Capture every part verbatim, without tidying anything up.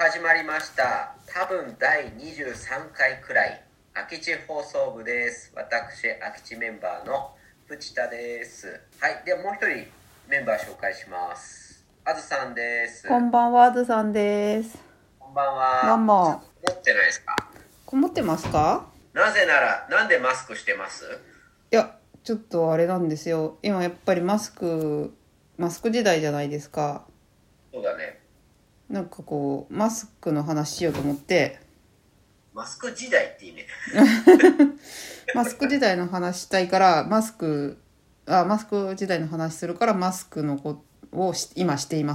始まりました。多分だいにじゅうさんかいくらい、空き地放送部です。私、空き地メンバーの藤田です。はい、ではもう一人メンバー紹介します。あずさんです。 こんばんは、あずさんです。 こんばんは。 どうも。 こもってないですか？ こもってますか？ なぜなら、なんでマスクしてます？ いや、ちょっとあれなんですよ。今やっぱりマスク、マスク時代じゃないですか。 そうだね。 なんかこう、マスクの話しようと思って、 マスク時代っていいね。 マスク時代の話したいから、マスク、あ、マスク時代の話するから、マスクの子をし今しています。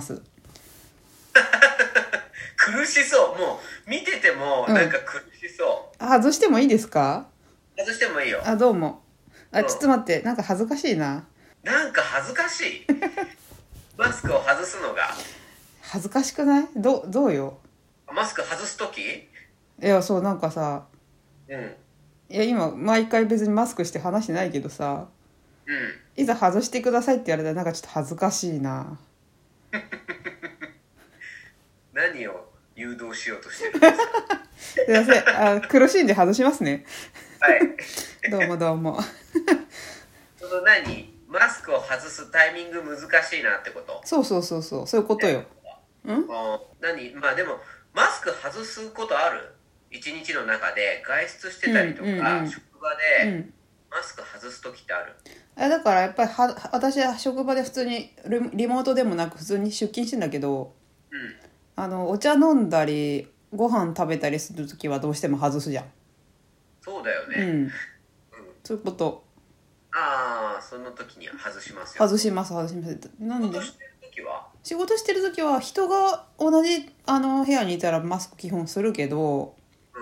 苦しそう。もう、見てても、なんか苦しそう。 うん、外してもいいですか？ 外してもいいよ。 あ、どうも。あ、 うん、 ちょっと待って、なんか恥ずかしいな。 なんか恥ずかしい。マスクを外すのが。 恥ずかしくない？ど、どうよ。 マスク外すとき？ いや、そう、なんかさ、 うん。うん。 いや今毎回別にマスクして話してないけどさ、いざ外してくださいって言われたらなんかちょっと恥ずかしいな。 何を誘導しようとしてるんですか？ すいません、あ、苦しいんで外しますね。 はい。 どうもどうも。 その何マスクを外すタイミング難しいなってこと？ そうそうそうそう、そういうことよ。ん？ あ、何まあでもマスク外すことある？一日の中で外出してたりとか、 うんうんうん、 職場で、うん、マスク外す時ってある？ あ、だからやっぱりは私は職場で普通にリモートでもなく普通に出勤してんだけど、うん、あのお茶飲んだりご飯食べたりする時はどうしても外すじゃん。 そうだよね、 うんうん、そういうこと。 ああ、その時には外しますよ。 外します外します。なんで？ 仕事してる時は？ 仕事してる時は人が同じあの部屋にいたらマスク基本するけど、うん、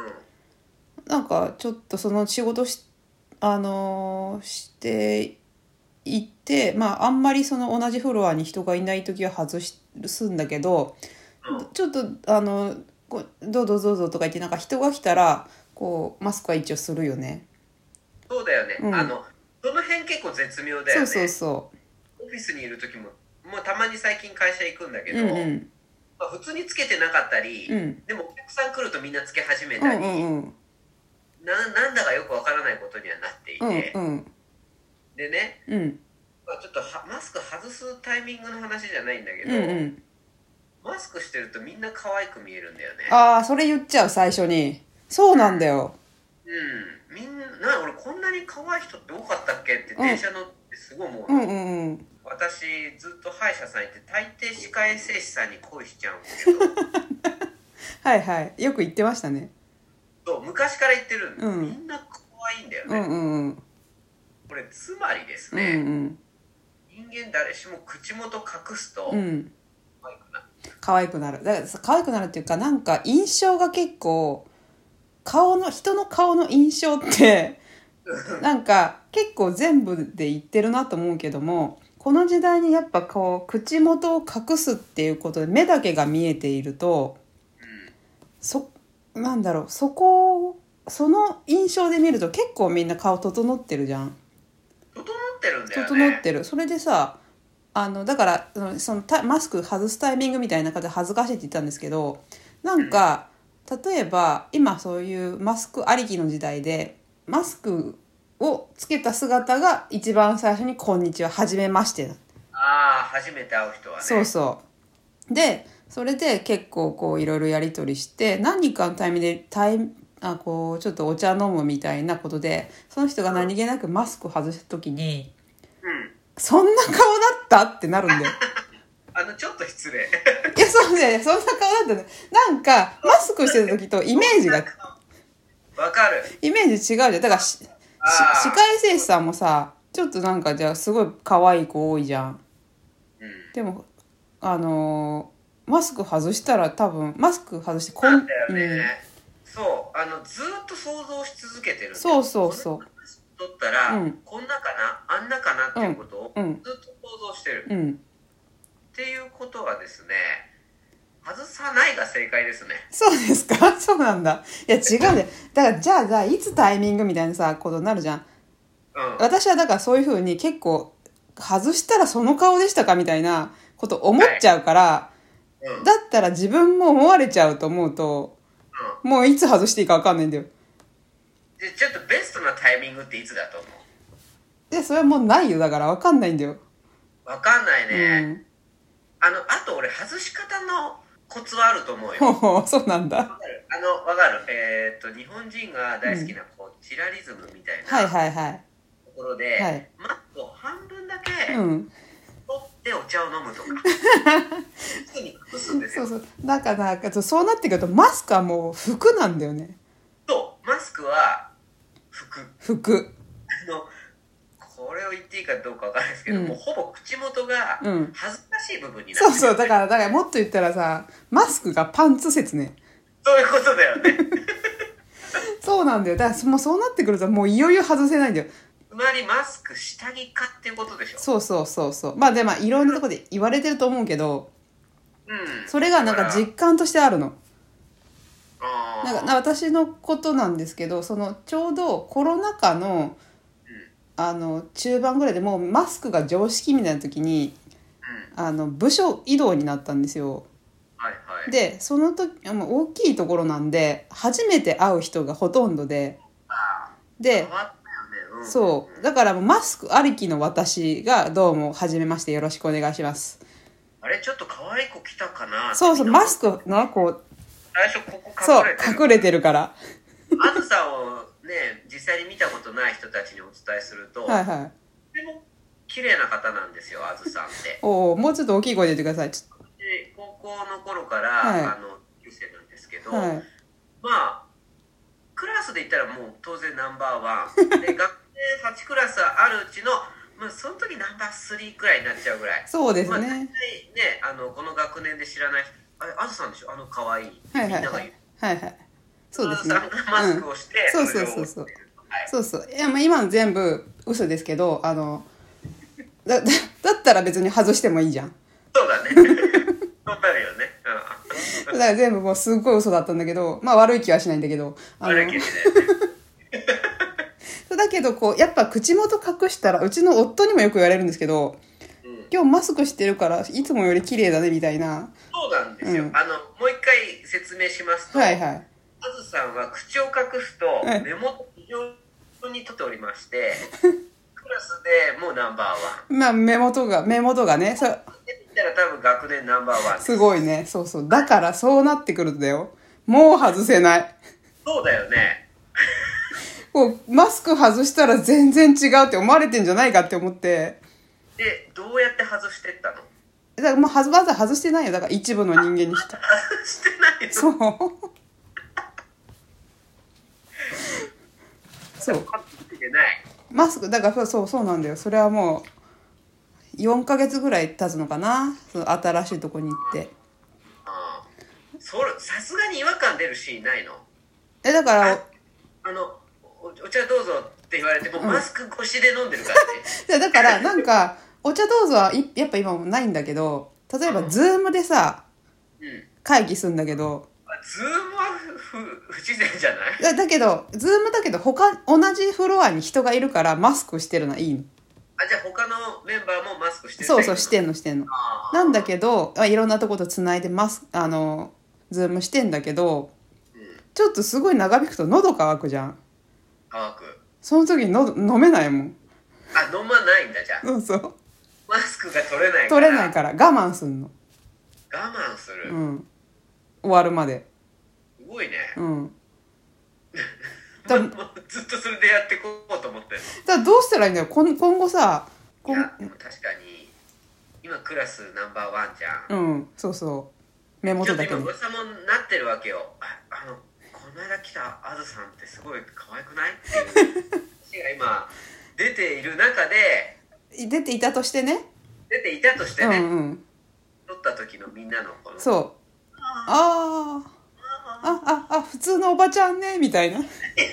なんかちょっとその仕事しあのしていって、まああんまりその同じフロアに人がいない時は外すんだけど、うん、ちょっとあのどうぞどうぞとか言ってなんか人が来たらこうマスクは一応するよね。 そうだよね、うん、あのその辺結構絶妙だよね。 そうそうそう。 オフィスにいる時ももうたまに最近会社行くんだけど、うんうん、まあ、普通につけてなかったり、うん、でもお客さん来るとみんなつけ始めたり、うんうんうん、な, なんだかよくわからないことにはなっていて、うんうん、でね、うんまあ、ちょっとマスク外すタイミングの話じゃないんだけど、うんうん、マスクしてるとみんな可愛く見えるんだよね。 ああ、それ言っちゃう最初に。そうなんだよ。 うん、みんな俺こんなに可愛い人って多かったっけって電車乗ってすごい思うの、うんうんうん、私ずっと歯医者さん行って大抵歯科衛生士さんに恋しちゃうんですけどはいはい、よく言ってましたね。 そう昔から言ってる、うん、みんな可愛いんだよね、うんうんうん、これつまりですね、うんうん、人間誰しも口元隠すと、うん、可愛くなる可愛くなるだから可愛くなるっていうかなんか印象が結構顔の人の顔の印象ってなんか結構全部で言ってるなと思うけども、この時代にやっぱこう口元を隠すっていうことで目だけが見えていると、うん、そなんだろうそこその印象で見ると結構みんな顔整ってるじゃん。 整ってるんだよね。 整ってる。それでさあのだからそのマスク外すタイミングみたいな感じで恥ずかしいって言ったんですけど、なんか、うん、例えば今そういうマスクありきの時代でマスクをつけた姿が一番最初にこんにちははじめまして。 ああ、初めて会う人はね。 そうそうでそれで結構こういろいろやり取りして何かのタイミングでタイあこうちょっとお茶飲むみたいなことでその人が何気なくマスクを外した時に、うん、そんな顔だったってなるんだよあのちょっと失礼いやそうね、そんな顔だったね。なんかマスクしてる時とイメージがわかる。 イメージ違うじゃん。だからし歯科衛生士さんもさちょっとなんかじゃあすごい可愛い子多いじゃん、うん、でもあのー、マスク外したら多分マスク外してこんなんだよね、うん、そうあのずっと想像し続けてるんだよ。 そうそうそう取ったら、うん、こんなかなあんなかなっていうことをずっと想像してる、うんうん、っていうことはですね外さないが正解ですね。 そうですか？そうなんだ。いや違うんだよ。だからじゃあじゃあいつタイミングみたいなさことになるじゃん、うん、私はだからそういう風に結構外したらその顔でしたかみたいなこと思っちゃうから、はうん、 だったら自分も思われちゃうと思うと、うん、もういつ外していいか分かんないんだよ。 でちょっとベストなタイミングっていつだと思う？ でそれはもうないよ、だから分かんないんだよ。 分かんないね、 うん、 あのあと俺外し方のコツはあると思うよ。 ほうそうなんだ。 分かる、あの分かる、えー、っと日本人が大好きなこう、うん、チラリズムみたいなはいはいはいところで、 はい、 マスクを半分だけ、 うん取ってお茶を飲むとか服に隠すんですよ。 そうそう、だからそうなってくるとマスクはもう服なんだよね。 そうマスクは服服あのこれを言っていいかどうかわからないですけど、うん、もうほぼ口元が恥ずかしい部分になってる、ね、 うん、そうそう、だからだからもっと言ったらさ、マスクがパンツ説ね。 そういうことだよねそうなんだよ。だからもうそうなってくるともういよいよ外せないんだよ。 つまりマスク下着かっていうことでしょ。 そうそうそうそう。まあでまあいろんなところで言われてると思うけど、うん、それがなんか実感としてあるの。なんか私のことなんですけど、そのちょうどコロナ禍の、うん、あの中盤ぐらいでもうマスクが常識みたいな時に、うん、あの部署移動になったんですよ。 はいはい、 でその時大きいところなんで初めて会う人がほとんどで、でそうだからもうマスクありきの私がどうも初めましてよろしくお願いします。 あれちょっと可愛い子来たかな。 そうそう、マスクねこう最初ここ隠れてる、 そう隠れてるから。 あずさをね実際に見たことない人たちにお伝えすると、 はいはい、 とても綺麗な方なんですよ、あずさんって。 おお、もうちょっと大きい声で言ってください。ちょっとで高校の頃から、はい、あの旧生なんですけど、はい、まあクラスで言ったらもう当然ナンバーワンで学年はちクラスあるうちの、まあ、その時ナンバースリーくらいになっちゃうぐらい。 そうですね、まあ、 大体ねあのこの学年で知らない人、あれあずさんでしょ、あの可愛い、はいはいはい、みんなが言う、はいはい、そうですね、あずさんがマスクをして、 うん、そうそうそうそう、はい、そうそう、いやまあ今の全部嘘ですけど、あの だ, だ, だったら別に外してもいいじゃん。 そうだねそうなるよね、 うん、だから全部もうすっごい嘘だったんだけど、まあ悪い気はしないんだけど、あの悪い気はしないねだけどこうやっぱ口元隠したら、うちの夫にもよく言われるんですけど、うん、今日マスクしてるからいつもより綺麗だねみたいな。 そうなんですよ、うん、あのもう一回説明しますと、はいはい、あずさんは口を隠すと目元非常に取っておりまして、はい、クラスでもうナンバーワン、 まあ目元が目元がね、それ言ったら多分学年ナンバーワンです。 すごいね、そうそう、だからそうなってくるんだよ、もう外せない。 そうだよねこうマスク外したら全然違うって思われてんじゃないかって思って。 でどうやって外してったの？ だからもうわざわざ外してないよ、だから一部の人間にしか外してないの？ そうそうマスクだからそうそうなんだよ。それはもうよんかげつぐらい経つのかな、その新しいとこに行って。 ああ、それさすがに違和感出るシーンないの？ えだからああのお, お茶どうぞって言われても、うん、マスク越しで飲んでる感じだからなんかお茶どうぞはやっぱ今もないんだけど、例えばズームでさ、うん、会議するんだけど、 ズームは不, 不自然じゃない？ だだけどズームだけど他同じフロアに人がいるからマスクしてるのはいいの。 あ、じゃあ他のメンバーもマスクしてる？ そうそう、してんのしてんの。なんだけどいろんなとことつないでマスあのズームしてんだけど、うん、ちょっとすごい長引くと喉乾くじゃん。 乾く。 その時に喉飲めないもん。 あ、飲まないんだ。じゃあそうそう、 マスクが取れないから取れないから我慢すんの。 我慢する、 うん、終わるまで。 すごいね。 うんだもうずっとそれでやっていこうと思ってるの。 だからどうしたらいいんだよ今後さ。 いやでも確かに今クラスナンバーワンじゃん。 うん、そうそう、目元だけで今噂もなってるわけよ。ああのこの間来たあずさんってすごい可愛くないっていう話が今出ている中で出ていたとしてね出ていたとしてね、 うんうん、 撮った時のみんなのこのそうあああああ普通のおばちゃんねみたいな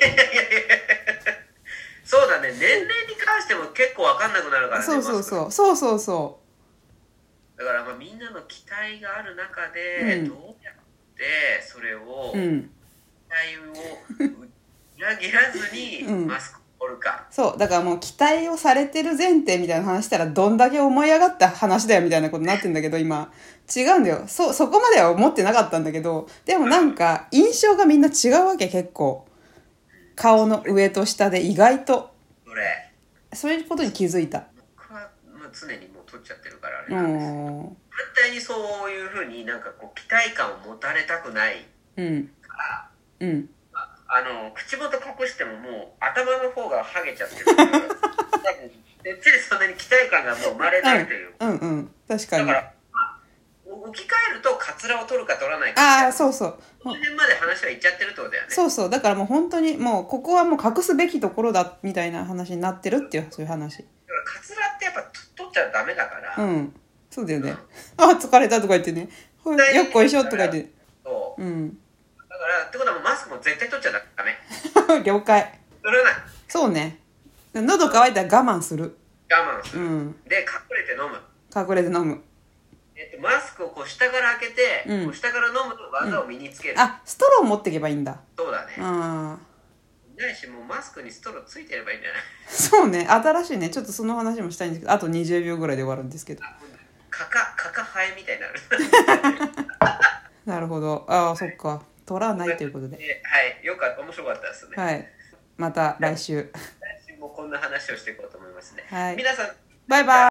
そうだね、年齢に関しても結構分かんなくなるからね。 そうそうそうそうそうそうだからまあみんなの期待がある中でどうやってそれを、うん、期待を裏切らずにマスクおるか。 そう。だからもう期待をされてる前提みたいな話したらどんだけ思い上がった話だよみたいなことになってんだけど、今。違うんだよ。そ、そこまでは思ってなかったんだけど、でもなんか印象がみんな違うわけ、結構。顔の上と下で意外と。 それ。 そういうことに気づいた。 僕は、まあ、常にもう取っちゃってるからあれなんですけど。反対にそういうふうになんかこう期待感を持たれたくないうん。 から、 うん。 あの口元隠してももう頭の方がハゲちゃってるから多分でっちりそんなに期待感がもう生まれないという、 うん、うんうん確かに。 だから、まあ、置き換えるとカツラを取るか取らないかああそうそう。 その辺まで話はいっちゃってるってことだよね。 そうそう。だからもう本当にもうここはもう隠すべきところだみたいな話になってるっていうそういう話。 だからカツラってやっぱ取っちゃダメだから。 うんそうだよね。うん、あ疲れたとか言ってね。よっこいしょとか言って。 そう。 うん。 だからってことはもうマスクも絶対取っちゃダメ。 了解。 取らない。 そうね。喉乾いたら我慢する。 我慢する。 うん、 で隠れて飲む。 隠れて飲む。 えっと、マスクをこう下から開けて、うん、こう下から飲む技を身につける、 うん、あストロー持っていけばいいんだ。 そうだね。 あないしもうマスクにストローついてればいいんじゃない。 そうね新しいね。ちょっとその話もしたいんですけどあとにじゅうびょうぐらいで終わるんですけどかかかかハエみたいになるなるほど。ああそっか取らないということで、 はいよかった面白かったですね。 はいまた来週来週もこんな話をしていこうと思いますね。 はい皆さんバイバイ。